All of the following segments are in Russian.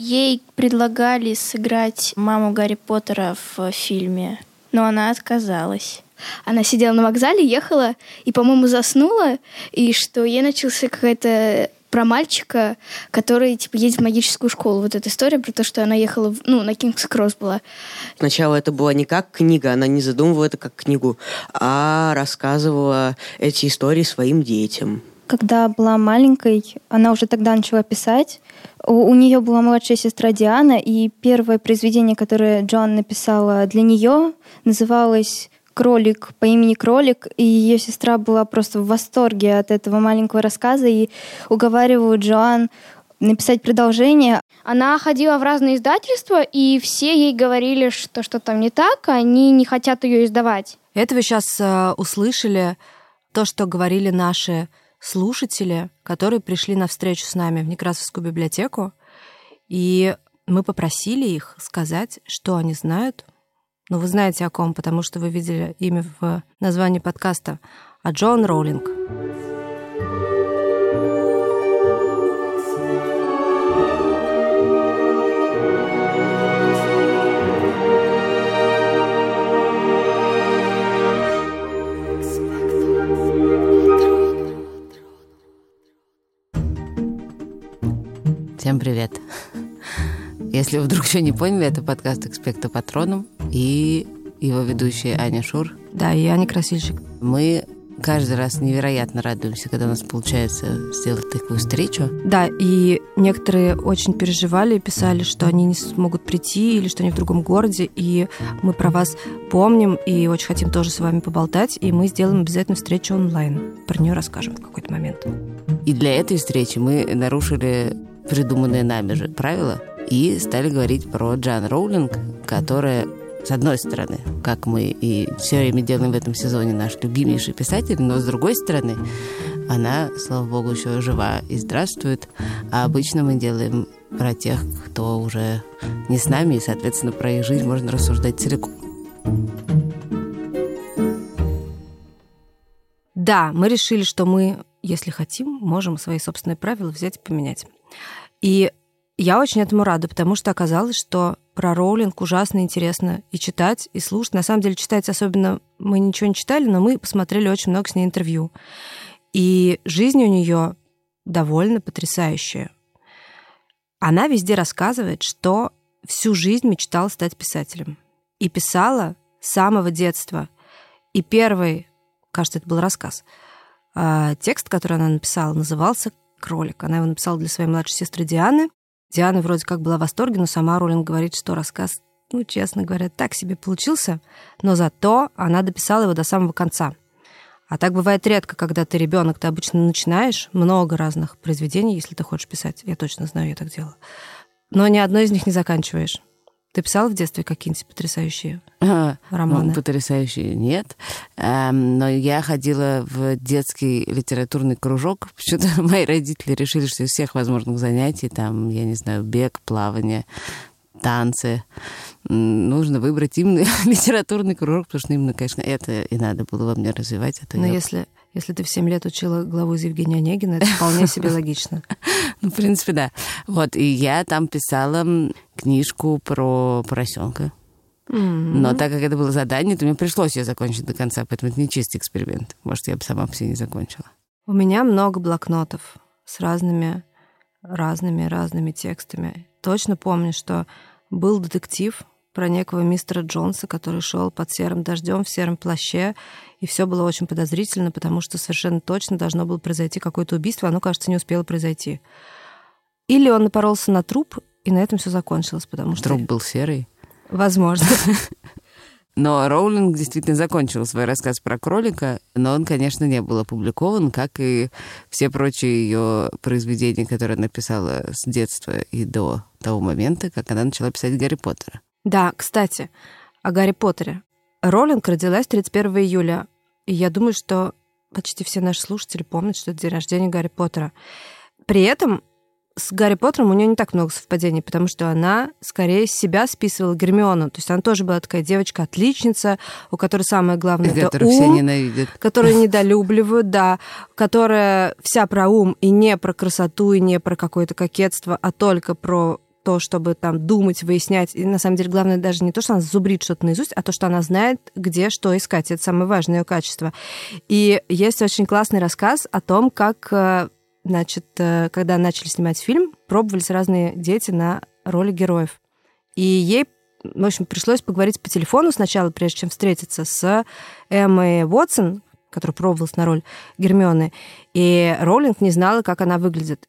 Ей предлагали сыграть маму Гарри Поттера в фильме, но она отказалась. Она сидела на вокзале, ехала и, по-моему, заснула, и что ей начался какая-то про мальчика, который едет в магическую школу. Вот эта история про то, что она ехала, на Кингс-Кросс была. Сначала это была не как книга, она не задумывала это как книгу, а рассказывала эти истории своим детям. Когда была маленькой, она уже тогда начала писать. У нее была младшая сестра Диана, и первое произведение, которое Джоан написала для нее, называлось «Кролик по имени Кролик», и ее сестра была просто в восторге от этого маленького рассказа и уговаривала Джоан написать продолжение. Она ходила в разные издательства, и все ей говорили, что что-то там не так, они не хотят ее издавать. Это вы сейчас услышали то, что говорили наши слушатели, которые пришли на встречу с нами в Некрасовскую библиотеку, и мы попросили их сказать, что они знают. Вы знаете о ком, потому что вы видели имя в названии подкаста, о Джоан Роулинг. Всем привет. Если вы вдруг еще не поняли, это подкаст «Экспекто Патронум» и его ведущая Аня Шур. Да, и Аня Красильщик. Мы каждый раз невероятно радуемся, когда у нас получается сделать такую встречу. Да, и некоторые очень переживали и писали, что они не смогут прийти или что они в другом городе, и мы про вас помним и очень хотим тоже с вами поболтать, и мы сделаем обязательно встречу онлайн. Про нее расскажем в какой-то момент. И для этой встречи мы нарушили придуманные нами же правила и стали говорить про Джоан Роулинг, которая, с одной стороны, как мы и все время делаем в этом сезоне, наш любимейший писатель, но с другой стороны, она, слава богу, еще жива и здравствует, а обычно мы делаем про тех, кто уже не с нами, и, соответственно, про их жизнь можно рассуждать целиком. Да, мы решили, что мы, если хотим, можем свои собственные правила взять и поменять. И я очень этому рада, потому что оказалось, что про Роулинг ужасно интересно и читать, и слушать. На самом деле, читать особенно мы ничего не читали, но мы посмотрели очень много с ней интервью. И жизнь у нее довольно потрясающая. Она везде рассказывает, что всю жизнь мечтала стать писателем. И писала с самого детства. И первый, кажется, это был рассказ, текст, который она написала, назывался «Кролик». Она его написала для своей младшей сестры Дианы. Диана вроде как была в восторге, но сама Роулинг говорит, что рассказ, честно говоря, так себе получился, но зато она дописала его до самого конца. А так бывает редко, когда ты ребенок, ты обычно начинаешь много разных произведений, если ты хочешь писать. Я точно знаю, я так делала. Но ни одно из них не заканчиваешь. Ты писала в детстве какие-нибудь потрясающие романы? Потрясающие нет. Но я ходила в детский литературный кружок. Почему-то мои родители решили, что из всех возможных занятий, там, я не знаю, бег, плавание, танцы, нужно выбрать именно литературный кружок, потому что именно, конечно, это и надо было во мне развивать. Но если ты в 7 лет учила главу из Евгения Онегина, это вполне себе логично. В принципе, да. И я там писала книжку про поросенка. Но так как это было задание, то мне пришлось ее закончить до конца, поэтому это не чистый эксперимент. Может, я бы сама все не закончила. У меня много блокнотов с разными текстами. Точно помню, что был детектив про некого мистера Джонса, который шел под серым дождем в сером плаще, и все было очень подозрительно, потому что совершенно точно должно было произойти какое-то убийство, оно, кажется, не успело произойти. Или он напоролся на труп, и на этом все закончилось, потому что... Труп был серый? Возможно. Но Роулинг действительно закончила свой рассказ про кролика, но он, конечно, не был опубликован, как и все прочие ее произведения, которые она писала с детства и до того момента, как она начала писать Гарри Поттера. Да, кстати, о Гарри Поттере. Роулинг родилась 31 июля, и я думаю, что почти все наши слушатели помнят, что это день рождения Гарри Поттера. При этом с Гарри Поттером у нее не так много совпадений, потому что она скорее с себя списывала Гермиону. То есть она тоже была такая девочка-отличница, у которой самое главное — это ум, все ненавидят. Которую недолюбливают, да, которая вся про ум и не про красоту, и не про какое-то кокетство, а только про то, чтобы там думать, выяснять. И на самом деле главное даже не то, что она зубрит что-то наизусть, а то, что она знает, где что искать. Это самое важное ее качество. И есть очень классный рассказ о том, как, значит, когда начали снимать фильм, пробовались разные дети на роли героев. И ей, в общем, пришлось поговорить по телефону сначала, прежде чем встретиться с Эммой Уотсон, которая пробовалась на роль Гермионы, и Роулинг не знала, как она выглядит.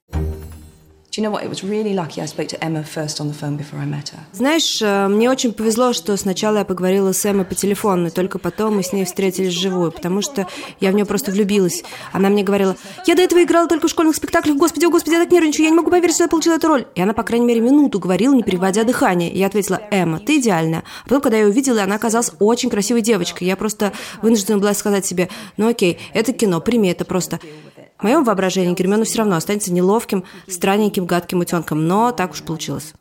Знаешь, мне очень повезло, что сначала я поговорила с Эммой по телефону, и только потом мы с ней встретились вживую, потому что я в нее просто влюбилась. Она мне говорила: я до этого играла только в школьных спектаклях, господи, о господи, я так нервничаю, я не могу поверить, что я получила эту роль. И она, по крайней мере, минуту говорила, не переводя дыхание. И я ответила: Эмма, ты идеальная. А потом, когда я ее увидела, она оказалась очень красивой девочкой. Я просто вынуждена была сказать себе: ну окей, это кино, прими это просто. В моем воображении Гермиона все равно останется неловким, странненьким, гадким утенком, но так уж получилось.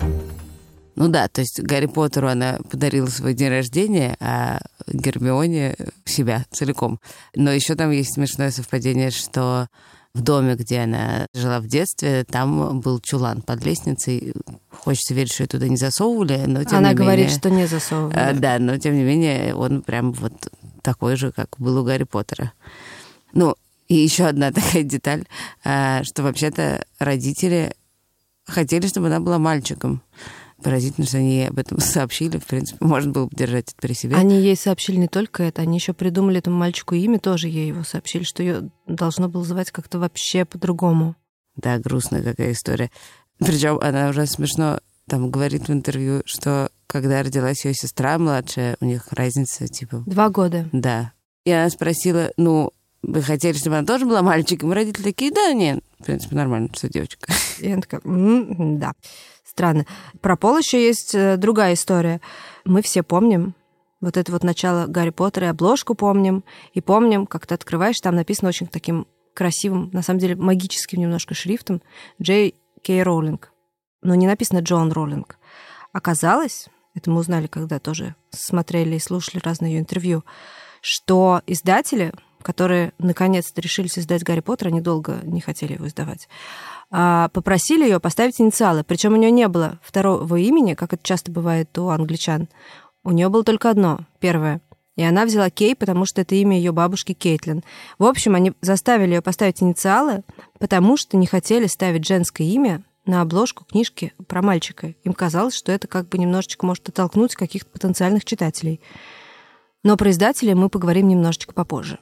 Ну да, то есть Гарри Поттеру она подарила свой день рождения, а Гермионе себя целиком. Но еще там есть смешное совпадение, что в доме, где она жила в детстве, там был чулан под лестницей. Хочется верить, что ее туда не засовывали, но тем она не говорит, менее... что не засовывали. Да, но тем не менее он прям вот такой же, как был у Гарри Поттера. Ну, и еще одна такая деталь, что вообще-то родители хотели, чтобы она была мальчиком. Поразительно, что они об этом сообщили. В принципе, можно было бы держать это при себе. Они ей сообщили не только это, они еще придумали этому мальчику имя, тоже ей его сообщили, что ее должно было звать как-то вообще по-другому. Да, грустная какая история. Причем она уже смешно там говорит в интервью, что когда родилась ее сестра младшая, у них разница типа... 2 года. Да. И она спросила, ну, вы хотели, чтобы она тоже была мальчиком? И родители такие: да, нет, в принципе, нормально, что девочка. И она такая: да. Странно. Про Пол еще есть другая история. Мы все помним вот это вот начало Гарри Поттера, и обложку помним, и помним, как ты открываешь, там написано очень таким красивым, на самом деле магическим немножко шрифтом Джей Кей Роулинг. Но не написано Джон Роулинг. Оказалось, это мы узнали, когда тоже смотрели и слушали разные ее интервью, что издатели, которые наконец-то решились издать Гарри Поттера, они долго не хотели его издавать, попросили ее поставить инициалы. Причем у нее не было второго имени, как это часто бывает у англичан. У нее было только одно, первое. И она взяла Кей, потому что это имя ее бабушки Кейтлин. В общем, они заставили ее поставить инициалы, потому что не хотели ставить женское имя на обложку книжки про мальчика. Им казалось, что это как бы немножечко может оттолкнуть каких-то потенциальных читателей. Но про издателей мы поговорим немножечко попозже.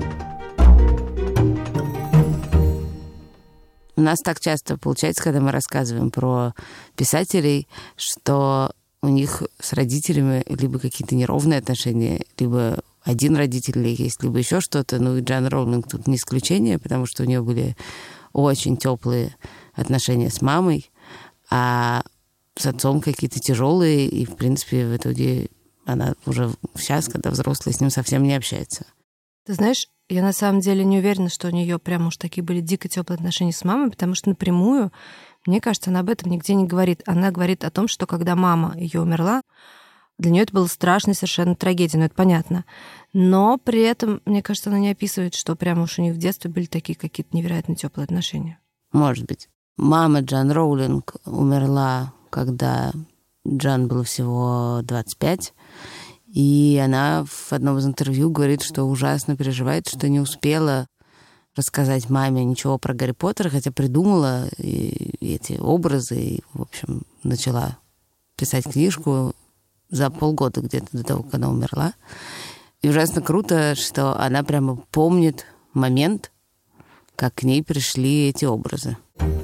У нас так часто получается, когда мы рассказываем про писателей, что у них с родителями либо какие-то неровные отношения, либо один родитель есть, либо еще что-то. Ну и Джоан Роулинг тут не исключение, потому что у нее были очень теплые отношения с мамой, а с отцом какие-то тяжелые, и, в принципе, в итоге она уже сейчас, когда взрослая, с ним совсем не общается. Ты знаешь, я на самом деле не уверена, что у нее прям уж такие были дико теплые отношения с мамой, потому что напрямую, мне кажется, она об этом нигде не говорит. Она говорит о том, что когда мама ее умерла, для нее это было страшной совершенно трагедией, но это понятно. Но при этом, мне кажется, она не описывает, что прямо уж у них в детстве были такие какие-то невероятно теплые отношения. Может быть. Мама Джоан Роулинг умерла, когда Джоан было всего 25, и она в одном из интервью говорит, что ужасно переживает, что не успела рассказать маме ничего про Гарри Поттера, хотя придумала и эти образы, и, в общем, начала писать книжку за полгода где-то до того, как она умерла. И ужасно круто, что она прямо помнит момент, как к ней пришли эти образы.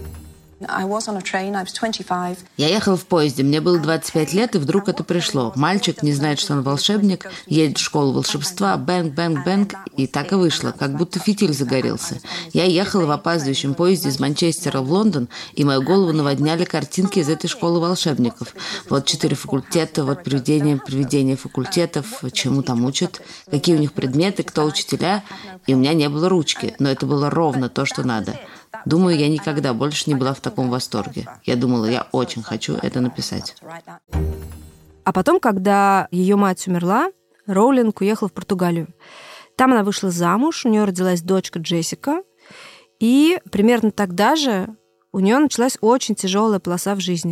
Я ехал в поезде, мне было 25 лет, и вдруг это пришло. Мальчик не знает, что он волшебник, едет в школу волшебства, бэнг, бэнг, бэнг, и так и вышло, как будто фитиль загорелся. Я ехала в опаздывающем поезде из Манчестера в Лондон, и мою голову наводняли картинки из этой школы волшебников. Вот 4 факультета, вот приведение факультетов, чему там учат, какие у них предметы, кто учителя, и у меня не было ручки, но это было ровно то, что надо. Думаю, я никогда больше не была в таком восторге. Я думала, я очень хочу это написать. А потом, когда ее мать умерла, Роулинг уехала в Португалию. Там она вышла замуж, у нее родилась дочка Джессика, и примерно тогда же у нее началась очень тяжелая полоса в жизни.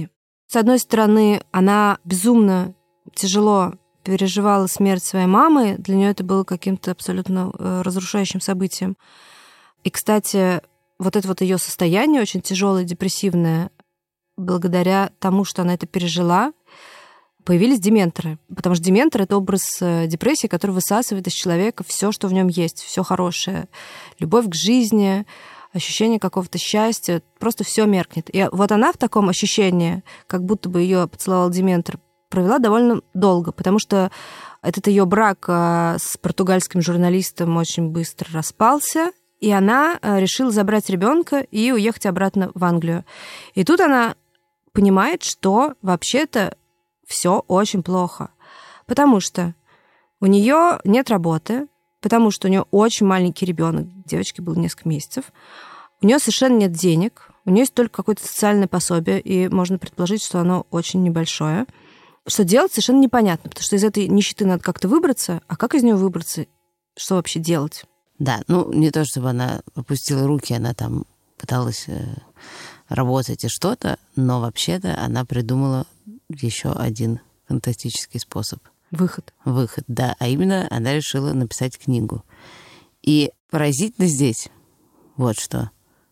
С одной стороны, она безумно тяжело переживала смерть своей мамы. Для нее это было каким-то абсолютно разрушающим событием. И, кстати, вот это вот ее состояние очень тяжелое, депрессивное, благодаря тому, что она это пережила, появились дементоры. Потому что дементор — это образ депрессии, который высасывает из человека все, что в нем есть, все хорошее. Любовь к жизни, ощущение какого-то счастья, просто все меркнет. И вот она в таком ощущении, как будто бы ее поцеловал дементор, провела довольно долго, потому что этот ее брак с португальским журналистом очень быстро распался, и она решила забрать ребенка и уехать обратно в Англию. И тут она понимает, что вообще-то все очень плохо, потому что у нее нет работы, потому что у нее очень маленький ребенок, девочке было несколько месяцев, у нее совершенно нет денег, у нее есть только какое-то социальное пособие, и можно предположить, что оно очень небольшое. Что делать, совершенно непонятно, потому что из этой нищеты надо как-то выбраться, а как из нее выбраться, что вообще делать? Да, не то чтобы она опустила руки, она там пыталась работать и что-то, но вообще-то она придумала еще один фантастический способ. Выход, да. А именно она решила написать книгу. И поразительно здесь вот что,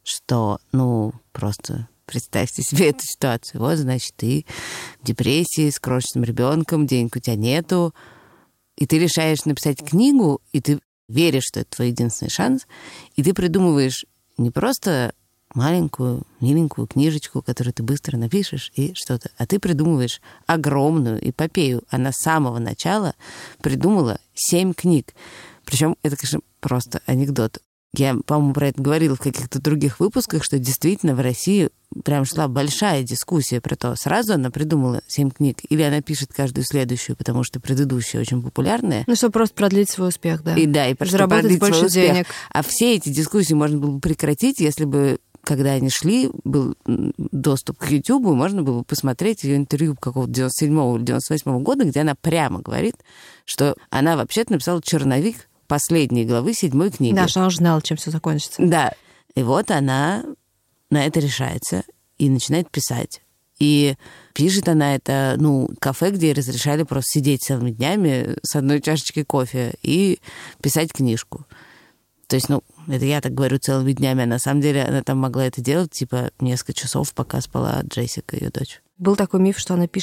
просто представьте себе эту ситуацию. Вот, значит, ты в депрессии с крошечным ребенком, денег у тебя нету, и ты решаешь написать книгу, и ты веришь, что это твой единственный шанс, и ты придумываешь не просто маленькую, миленькую книжечку, которую ты быстро напишешь и что-то, а ты придумываешь огромную эпопею. Она с самого начала придумала 7 книг. Причем это, конечно, просто анекдот. Я, по-моему, про это говорила в каких-то других выпусках, что действительно в России прям шла большая дискуссия про то, сразу она придумала 7 книг, или она пишет каждую следующую, потому что предыдущая очень популярная. Чтобы просто продлить свой успех, да. И заработать больше денег. А все эти дискуссии можно было бы прекратить, если бы, когда они шли, был доступ к Ютубу, можно было бы посмотреть ее интервью какого-то 97-го или 98-го года, где она прямо говорит, что она вообще-то написала черновик последней главы 7 книги. Да, что она уже знала, чем все закончится. Да. И вот она на это решается и начинает писать. И пишет она это, кафе, где разрешали просто сидеть целыми днями с одной чашечкой кофе и писать книжку. То есть, это я так говорю целыми днями, а на самом деле она там могла это делать, несколько часов, пока спала Джессика, ее дочь. Был такой миф, что она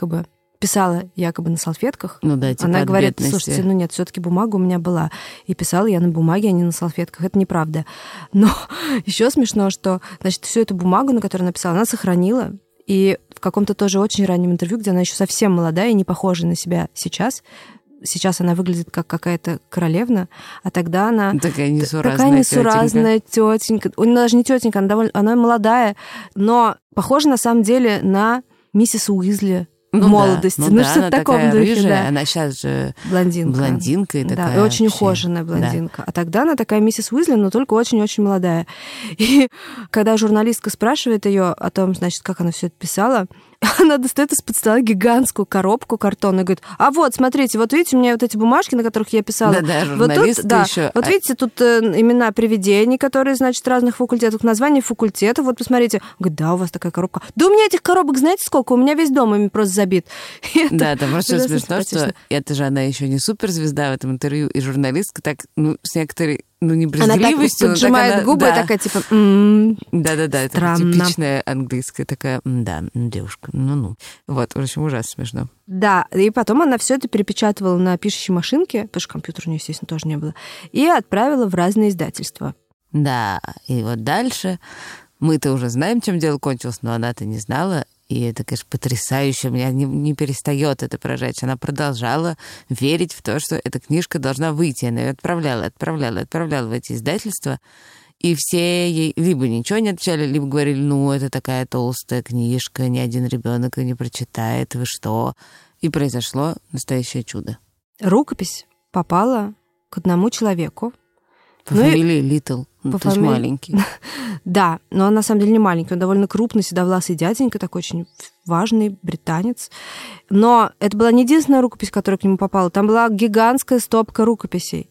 писала якобы на салфетках. Она говорит, бедности. Слушайте, нет, все-таки бумага у меня была. И писала я на бумаге, а не на салфетках. Это неправда. Но еще смешно, что, значит, всю эту бумагу, на которую написала, она сохранила. И в каком-то тоже очень раннем интервью, где она еще совсем молодая и не похожа на себя сейчас она выглядит как какая-то королевна, а тогда она такая несуразная тетенька. Она даже не тетенька, она молодая, но похожа на самом деле на миссис Уизли в молодости. Что-то в таком такая духе, рыжая, да. она сейчас же блондинка и такая. Да, и очень ухоженная блондинка. Да. А тогда она такая миссис Уизли, но только очень-очень молодая. И когда журналистка спрашивает ее о том, значит, как она все это писала, она достает из-под стола гигантскую коробку картонную и говорит: а вот, смотрите, вот видите, у меня вот эти бумажки, на которых я писала. Да, журналистка вот тут, еще. Вот видите, тут имена привидений, которые, значит, разных факультетов, название факультетов. Вот посмотрите. Говорит: да, у вас такая коробка. Да у меня этих коробок, знаете, сколько? У меня весь дом ими просто забит. Да, там просто смешно, что это же она еще не суперзвезда в этом интервью, и журналистка так, с некоторой, не брезгливостью. Она так поджимает губы, и такая, типа, Да-да-да, это типичная английская такая, девушка, Вот, в общем, ужасно смешно. Да, и потом она все это перепечатывала на пишущей машинке, потому что компьютера у нее, естественно, тоже не было, и отправила в разные издательства. Да, и вот дальше мы-то уже знаем, чем дело кончилось, но она-то не знала. И это, конечно, потрясающе. Меня не перестает это поражать. Она продолжала верить в то, что эта книжка должна выйти. Она ее отправляла в эти издательства. И все ей либо ничего не отвечали, либо говорили: это такая толстая книжка, ни один ребенок ее не прочитает, вы что? И произошло настоящее чудо. Рукопись попала к одному человеку. По фамилии Литл. То есть маленький. Да, но он на самом деле не маленький. Он довольно крупный, седовласый дяденька, такой очень важный британец. Но это была не единственная рукопись, которая к нему попала. Там была гигантская стопка рукописей.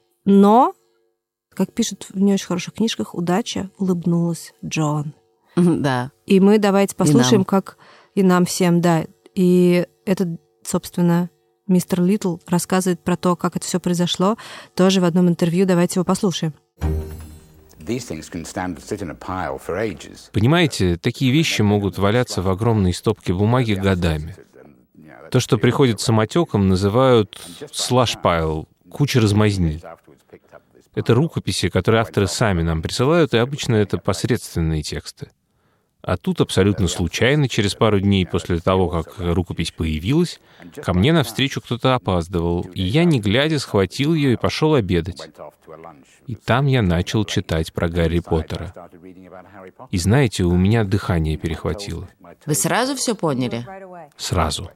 Но, как пишут в не очень хороших книжках, удача улыбнулась Джоан. Да. И мы давайте послушаем, как И нам всем, да. И этот, собственно, мистер Литл рассказывает про то, как это все произошло, тоже в одном интервью. Давайте его послушаем. Понимаете, такие вещи могут валяться в огромной стопке бумаги годами. То, что приходит самотеком, называют slush-pile, куча размазни. Это рукописи, которые авторы сами нам присылают, и обычно это посредственные тексты. А тут абсолютно случайно, через пару дней после того, как рукопись появилась, ко мне навстречу кто-то опаздывал, и я, не глядя, схватил ее и пошел обедать. И там я начал читать про Гарри Поттера. И знаете, у меня дыхание перехватило. Вы сразу все поняли? Сразу.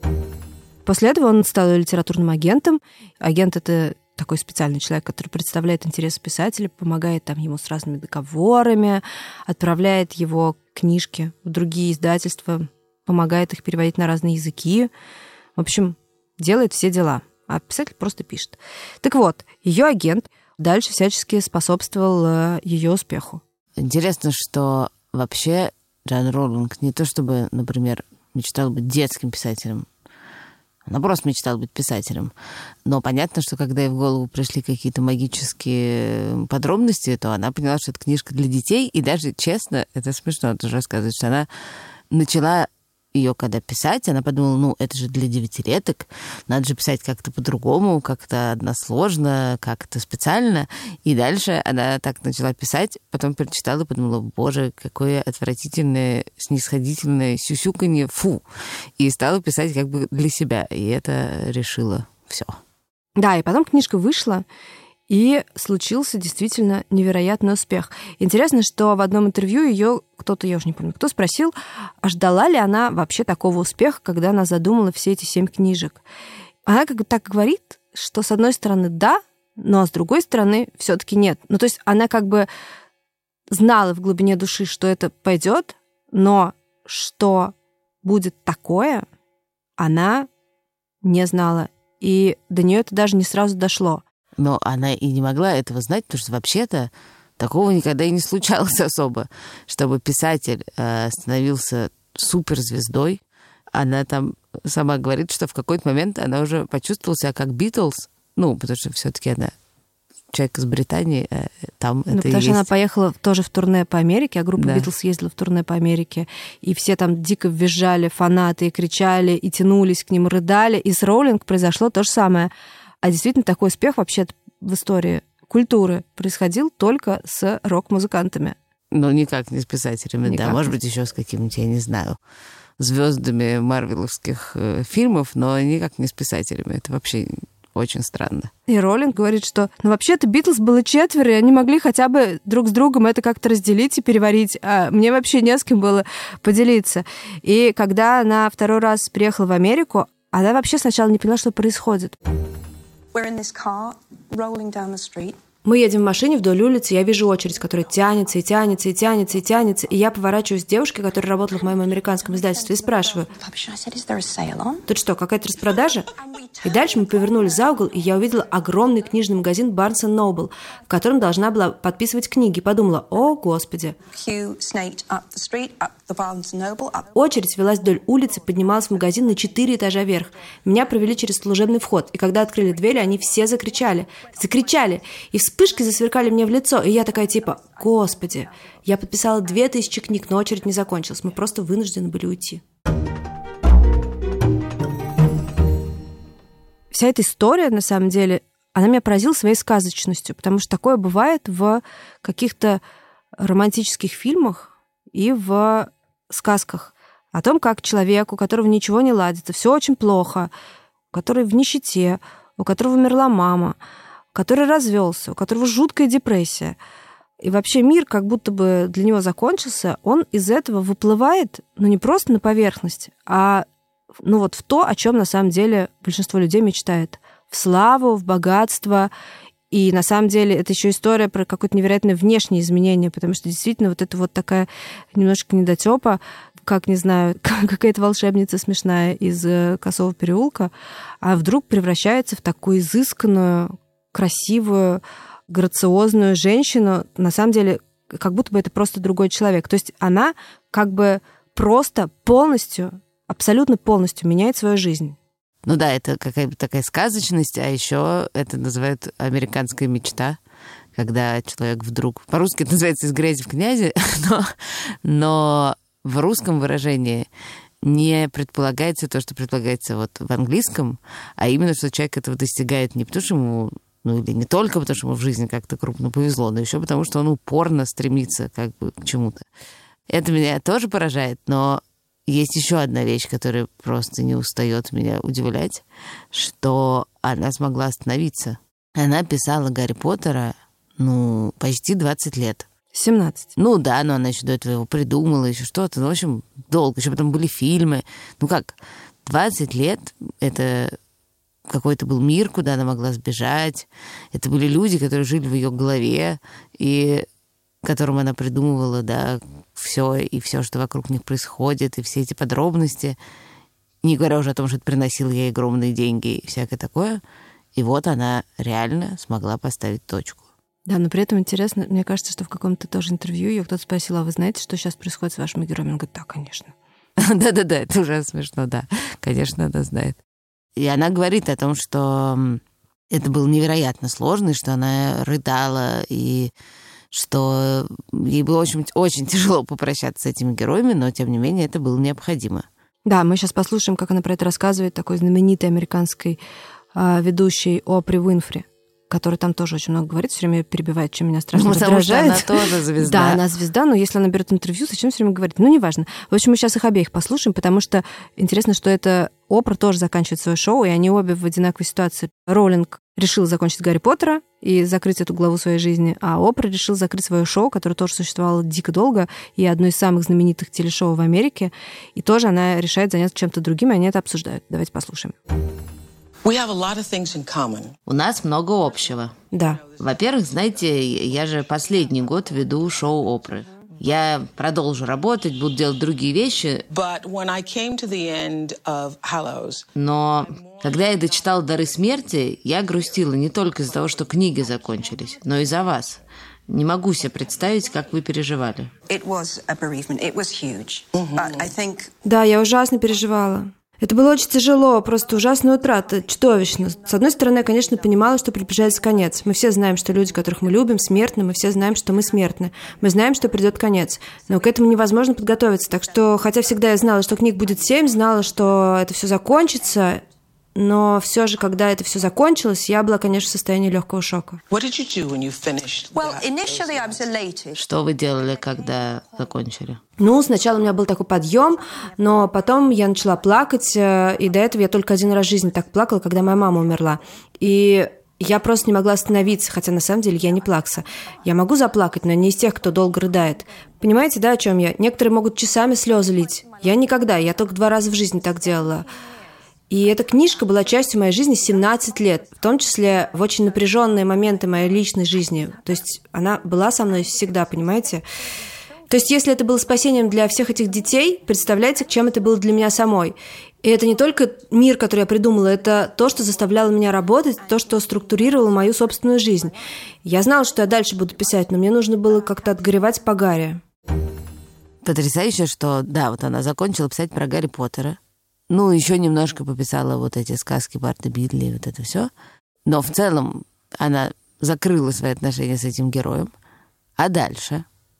После этого он стал литературным агентом. Агент — это такой специальный человек, который представляет интересы писателя, помогает там ему с разными договорами, отправляет его книжки в другие издательства, помогает их переводить на разные языки. В общем, делает все дела. А писатель просто пишет. Так вот, ее агент дальше всячески способствовал ее успеху. Интересно, что вообще Джоан Роулинг не то чтобы, например, мечтала быть детским писателем. Она просто мечтала быть писателем. Но понятно, что когда ей в голову пришли какие-то магические подробности, то она поняла, что это книжка для детей. И даже, честно, это смешно тоже рассказывать, что она начала ее когда писать, она подумала, это же для 9-леток, надо же писать как-то по-другому, как-то односложно, как-то специально. И дальше она так начала писать, потом перечитала и подумала, боже, какое отвратительное, снисходительное сюсюканье, фу. И стала писать как бы для себя. И это решила все. Да, и потом книжка вышла, и случился действительно невероятный успех. Интересно, что в одном интервью ее кто-то, я уже не помню, кто спросил, а ждала ли она вообще такого успеха, когда она задумала все эти 7 книжек. Она как бы так говорит, что с одной стороны да, но с другой стороны все-таки нет. То есть она как бы знала в глубине души, что это пойдет, но что будет такое, она не знала. И до нее это даже не сразу дошло. Но она и не могла этого знать, потому что вообще-то такого никогда и не случалось особо, чтобы писатель становился суперзвездой. Она там сама говорит, что в какой-то момент она уже почувствовала себя как Битлз, потому что все-таки она человек из Британии, там это и есть. Потому что она поехала тоже в турне по Америке, а группа Битлз ездила в турне по Америке, и все там дико визжали, фанаты, и кричали, и тянулись к ним, рыдали, и с Роулинг произошло то же самое. А действительно, такой успех вообще в истории культуры происходил только с рок-музыкантами. Никак не с писателями, никак. Да. Может быть, еще с какими-нибудь, я не знаю, звездами марвеловских фильмов, но никак не с писателями. Это вообще очень странно. И Роулинг говорит, что вообще-то Битлз было 4, и они могли хотя бы друг с другом это как-то разделить и переварить, а мне вообще не с кем было поделиться. И когда она второй раз приехала в Америку, она вообще сначала не поняла, что происходит. Мы едем в машине вдоль улицы, я вижу очередь, которая тянется и тянется, и тянется, и тянется. И я поворачиваюсь к девушке, которая работала в моем американском издательстве, и спрашиваю, тут что, какая-то распродажа? И дальше мы повернули за угол, и я увидела огромный книжный магазин Barnes & Noble, в котором должна была подписывать книги. И подумала, о, Господи. Очередь велась вдоль улицы, поднималась в магазин на 4 этажа вверх. Меня провели через служебный вход, и когда открыли двери, они все закричали. И вспышки засверкали мне в лицо, и я такая типа, Господи, я подписала 2000 книг, но очередь не закончилась, мы просто вынуждены были уйти. Вся эта история, на самом деле, она меня поразила своей сказочностью, потому что такое бывает в каких-то романтических фильмах и в сказках о том, как человек, у которого ничего не ладится, все очень плохо, который в нищете, у которого умерла мама, который развелся, у которого жуткая депрессия, и вообще мир как будто бы для него закончился, он из этого выплывает, не просто на поверхность, а в то, о чем на самом деле большинство людей мечтает. В славу, в богатство. И на самом деле это еще история про какое-то невероятное внешнее изменение, потому что действительно это такая немножко недотёпа, как, не знаю, какая-то волшебница смешная из Косого переулка, а вдруг превращается в такую изысканную, красивую, грациозную женщину. На самом деле, как будто бы это просто другой человек. То есть она как бы просто полностью, абсолютно полностью меняет свою жизнь. Ну да, это какая-то такая сказочность, а еще это называют американская мечта, когда человек вдруг... По-русски это называется «из грязи в князи», но в русском выражении не предполагается то, что предполагается вот в английском, а именно, что человек этого достигает не потому, что ему, ну или не только потому, что ему в жизни как-то крупно повезло, но еще потому, что он упорно стремится как бы к чему-то. Это меня тоже поражает, но есть еще одна вещь, которая просто не устает меня удивлять, что она смогла остановиться. Она писала Гарри Поттера, почти 20 лет. 17. Ну да, но она еще до этого его придумала, еще что-то. Ну, в общем, долго. Еще потом были фильмы. 20 лет — это какой-то был мир, куда она могла сбежать. Это были люди, которые жили в ее голове, и которым она придумывала, да, все, что вокруг них происходит, и все эти подробности. Не говоря уже о том, что это приносило ей огромные деньги и всякое такое. И вот она реально смогла поставить точку. Да, но при этом интересно, мне кажется, что в каком-то тоже интервью ее кто-то спросил: а вы знаете, что сейчас происходит с вашими героями? Он говорит: да, конечно. Да-да-да, это ужасно смешно, да. Конечно, она знает. И она говорит о том, что это было невероятно сложно, и что она рыдала, и что ей было очень, очень тяжело попрощаться с этими героями, но, тем не менее, это было необходимо. Да, мы сейчас послушаем, как она про это рассказывает, такой знаменитой американской ведущей Опри Уинфри, которая там тоже очень много говорит, все время перебивает, чем меня страшно раздражает. Потому что она тоже звезда. Да, она звезда, но если она берет интервью, зачем все время говорить? Ну, неважно. В общем, мы сейчас их обеих послушаем, потому что интересно, что это Опра тоже заканчивает свое шоу, и они обе в одинаковой ситуации. Роулинг решила закончить Гарри Поттера и закрыть эту главу своей жизни, а Опра решила закрыть свое шоу, которое тоже существовало дико долго, и одно из самых знаменитых телешоу в Америке, и тоже она решает заняться чем-то другим, и они это обсуждают. Давайте послушаем. У нас много общего. Да. Во-первых, знаете, я же последний год веду шоу Опры. Я продолжу работать, буду делать другие вещи. Но когда я дочитала «Дары смерти», я грустила не только из-за того, что книги закончились, но и за вас. Не могу себе представить, как вы переживали. Да, я ужасно переживала. Это было очень тяжело, просто ужасная утрата, чудовищно. С одной стороны, я, конечно, понимала, что приближается конец. Мы все знаем, что люди, которых мы любим, смертны, мы все знаем, что мы смертны. Мы знаем, что придет конец. Но к этому невозможно подготовиться. Так что, хотя всегда я знала, что книг будет 7, знала, что это все закончится, но все же, когда это все закончилось, я была, конечно, в состоянии легкого шока. Что вы делали, когда закончили? Сначала у меня был такой подъем, но потом я начала плакать, и до этого я только один раз в жизни так плакала, когда моя мама умерла. И я просто не могла остановиться, хотя на самом деле я не плакса. Я могу заплакать, но не из тех, кто долго рыдает. Понимаете, да, о чем я? Некоторые могут часами слезы лить. Я никогда, я только 2 раза в жизни так делала. И эта книжка была частью моей жизни 17 лет, в том числе в очень напряженные моменты моей личной жизни. То есть она была со мной всегда, понимаете? То есть если это было спасением для всех этих детей, представляете, чем это было для меня самой. И это не только мир, который я придумала, это то, что заставляло меня работать, то, что структурировало мою собственную жизнь. Я знала, что я дальше буду писать, но мне нужно было как-то отгоревать по Гарри. Потрясающе, что, да, вот она закончила писать про Гарри Поттера. Еще немножко пописала вот эти сказки Барта Бидли и вот это все. Но в целом она закрыла свои отношения с этим героем. А дальше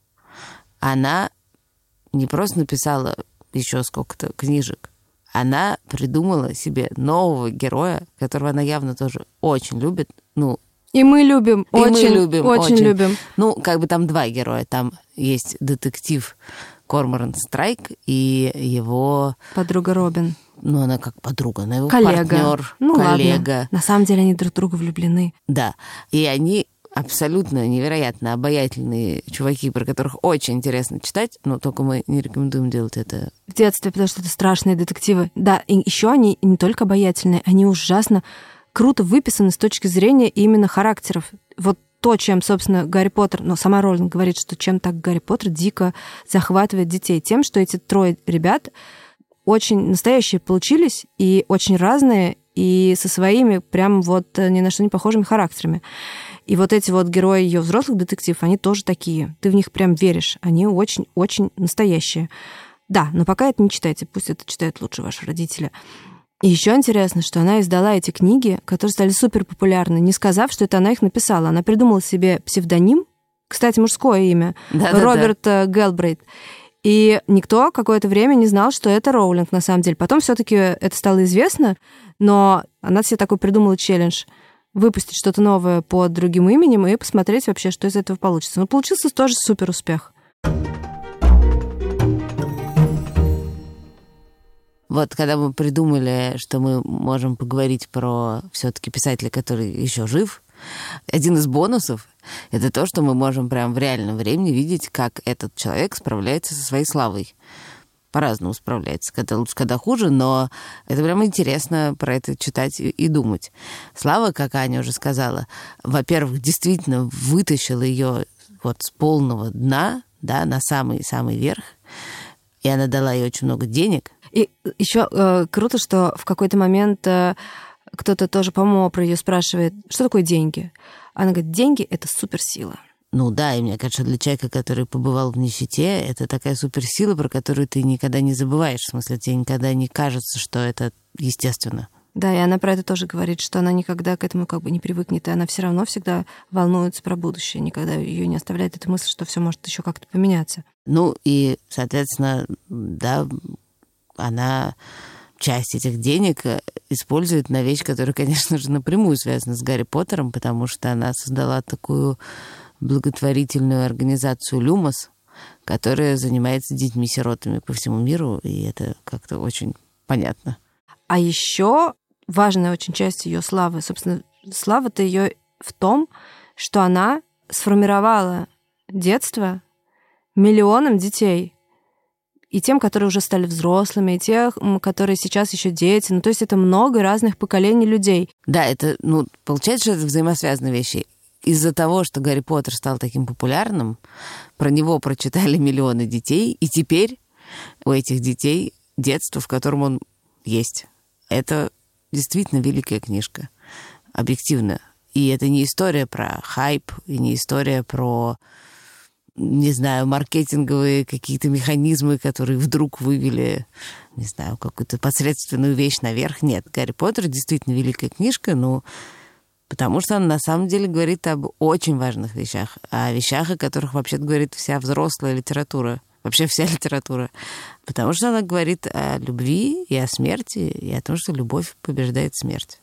она не просто написала еще сколько-то книжек, она придумала себе нового героя, которого она явно тоже очень любит. И мы любим, очень любим. Там 2 героя. Там есть детектив Корморан Страйк и его... Подруга Робин. Она как подруга, она его коллега. Партнер, коллега. Ладно. На самом деле они друг в друга влюблены. Да, и они абсолютно невероятно обаятельные чуваки, про которых очень интересно читать, но только мы не рекомендуем делать это в детстве, потому что это страшные детективы. Да, и еще они не только обаятельные, они ужасно круто выписаны с точки зрения именно характеров. Вот то, чем, собственно, Гарри Поттер, сама Роллинг говорит, что чем так Гарри Поттер дико захватывает детей, тем, что эти 3 ребят очень настоящие получились и очень разные, и со своими прям ни на что не похожими характерами. И вот эти герои ее взрослых детективов, они тоже такие. Ты в них прям веришь. Они очень-очень настоящие. Да, но пока это не читайте, пусть это читают лучше ваши родители. И еще интересно, что она издала эти книги, которые стали супер популярны, не сказав, что это она их написала. Она придумала себе псевдоним, кстати, мужское имя, Роберт Гелбрейт. И никто какое-то время не знал, что это Роулинг на самом деле. Потом все-таки это стало известно, но она себе такой придумала челлендж выпустить что-то новое под другим именем и посмотреть вообще, что из этого получится. Но получился тоже супер успех. Вот когда мы придумали, что мы можем поговорить про все-таки писателя, который еще жив, один из бонусов — это то, что мы можем прям в реальном времени видеть, как этот человек справляется со своей славой. По-разному справляется, когда лучше, когда хуже, но это прям интересно про это читать и думать. Слава, как Аня уже сказала, во-первых, действительно вытащила ее вот с полного дна, да, на самый-самый верх, и она дала ей очень много денег. И еще круто, что в какой-то момент кто-то тоже, по-моему, про ее спрашивает, что такое деньги? Она говорит, деньги — это суперсила. Ну да, и мне кажется, для человека, который побывал в нищете, это такая суперсила, про которую ты никогда не забываешь. В смысле, тебе никогда не кажется, что это естественно. Да, и она про это тоже говорит, что она никогда к этому как бы не привыкнет, и она все равно всегда волнуется про будущее, никогда ее не оставляет эта мысль, что все может еще как-то поменяться. Ну и, соответственно, да, она часть этих денег использует на вещь, которая, конечно же, напрямую связана с Гарри Поттером, потому что она создала такую благотворительную организацию «Люмос», которая занимается детьми-сиротами по всему миру, и это как-то очень понятно. А еще важная очень часть ее славы, собственно, слава-то ее в том, что она сформировала детство миллионам детей, и тем, которые уже стали взрослыми, и тех, которые сейчас еще дети. Ну, то есть это много разных поколений людей. Да, это, ну, получается, что это взаимосвязанные вещи. Из-за того, что Гарри Поттер стал таким популярным, про него прочитали миллионы детей, и теперь у этих детей детство, в котором он есть. Это действительно великая книжка, объективно. И это не история про хайп, и не история про, не знаю, маркетинговые какие-то механизмы, которые вдруг вывели, не знаю, какую-то посредственную вещь наверх. Нет, Гарри Поттер действительно великая книжка, но потому что она на самом деле говорит об очень важных вещах, о вещах, о которых вообще-то говорит вся взрослая литература, вообще вся литература. Потому что она говорит о любви и о смерти, и о том, что любовь побеждает смерть.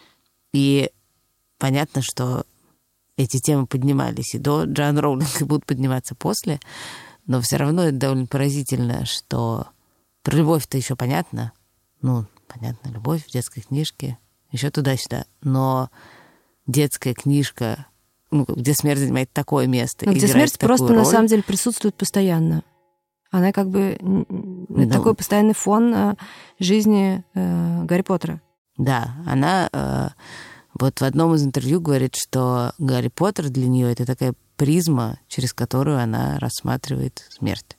И понятно, что эти темы поднимались и до Джоан Роулинг, и будут подниматься после, но все равно это довольно поразительно, что про любовь-то еще понятно. Ну, понятно, любовь в детской книжке, еще туда-сюда. Но детская книжка, ну, где смерть занимает такое место, где смерть просто роль, на самом деле присутствует постоянно. Она как бы такой постоянный фон жизни Гарри Поттера. Да, она вот в одном из интервью говорит, что Гарри Поттер для нее это такая призма, через которую она рассматривает смерть.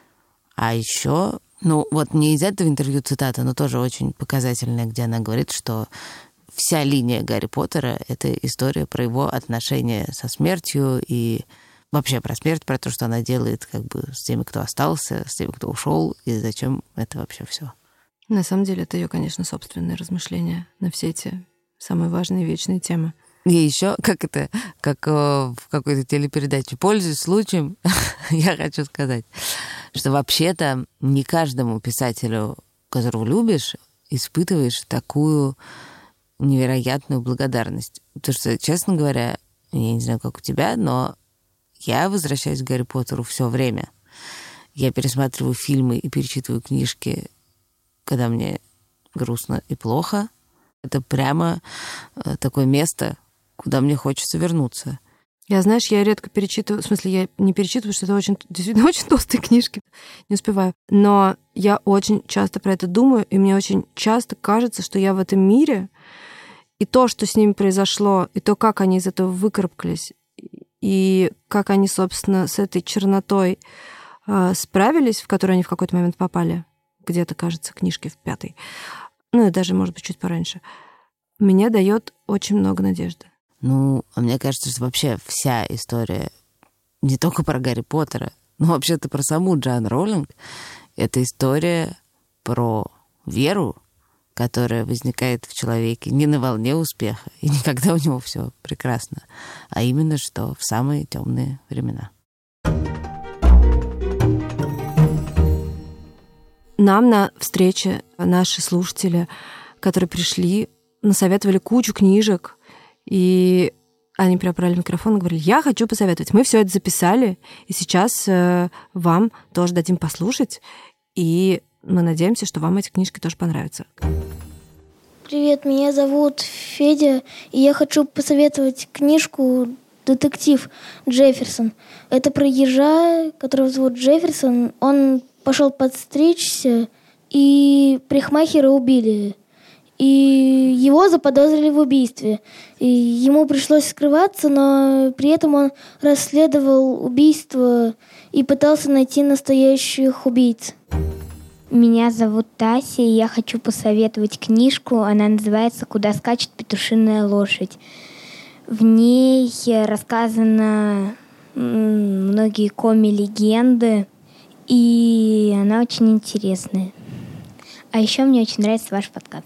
А еще, ну вот не из этого интервью цитата, но тоже очень показательная, где она говорит, что вся линия Гарри Поттера — это история про его отношения со смертью и вообще про смерть, про то, что она делает как бы с теми, кто остался, с теми, кто ушел, и зачем это вообще все. На самом деле это ее, конечно, собственные размышления на все эти самые важные вечные темы. И еще, как в какой-то телепередаче, пользуясь случаем, я хочу сказать, что вообще-то не каждому писателю, которого любишь, испытываешь такую невероятную благодарность. Потому что, честно говоря, я не знаю, как у тебя, но я возвращаюсь к Гарри Поттеру все время. Я пересматриваю фильмы и перечитываю книжки, когда мне грустно и плохо. Это прямо такое место, куда мне хочется вернуться. Я, знаешь, я редко перечитываю, в смысле, я не перечитываю, что это действительно очень толстые книжки, не успеваю. Но я очень часто про это думаю, и мне очень часто кажется, что я в этом мире, и то, что с ними произошло, и то, как они из этого выкарабкались, и как они, собственно, с этой чернотой справились, в которую они в какой-то момент попали, где-то, кажется, книжки в 5-й, ну и даже, может быть, чуть пораньше, мне дает очень много надежды. Ну, а мне кажется, что вообще вся история не только про Гарри Поттера, но вообще-то про саму Джоан Роулинг Это история про веру, которая возникает в человеке не на волне успеха, и не когда у него все прекрасно, а именно что в самые темные времена. Нам на встрече наши слушатели, которые пришли, насоветовали кучу книжек, и они прям брали микрофон и говорили: я хочу посоветовать. Мы все это записали, и сейчас вам тоже дадим послушать, и мы надеемся, что вам эти книжки тоже понравятся. Привет, меня зовут Федя, и я хочу посоветовать книжку «Детектив Джефферсон». Это про ежа, которого зовут Джефферсон. Он пошел подстричься, и парикмахера убили. И его заподозрили в убийстве. И ему пришлось скрываться, но при этом он расследовал убийство и пытался найти настоящих убийц. Меня зовут Тася, и я хочу посоветовать книжку. Она называется «Куда скачет петушиная лошадь». В ней рассказано многие коми-легенды, и она очень интересная. А еще мне очень нравится ваш подкаст.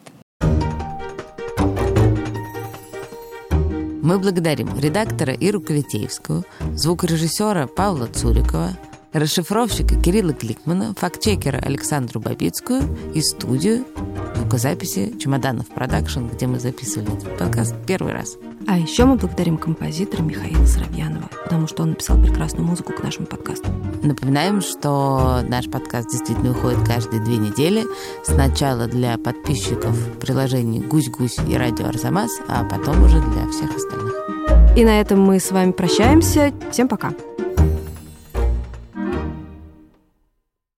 Мы благодарим редактора Иру Калитеевскую, звукорежиссера Павла Цурикова, расшифровщика Кирилла Гликмана, фактчекера Александру Бабицкую и студию звукозаписи «Чемоданов Продакшн», где мы записывали этот подкаст первый раз. А еще мы благодарим композитора Михаила Соробьянова, потому что он написал прекрасную музыку к нашему подкасту. Напоминаем, что наш подкаст действительно выходит каждые 2 недели. Сначала для подписчиков приложений «Гусь-Гусь» и «Радио Арзамас», а потом уже для всех остальных. И на этом мы с вами прощаемся. Всем пока!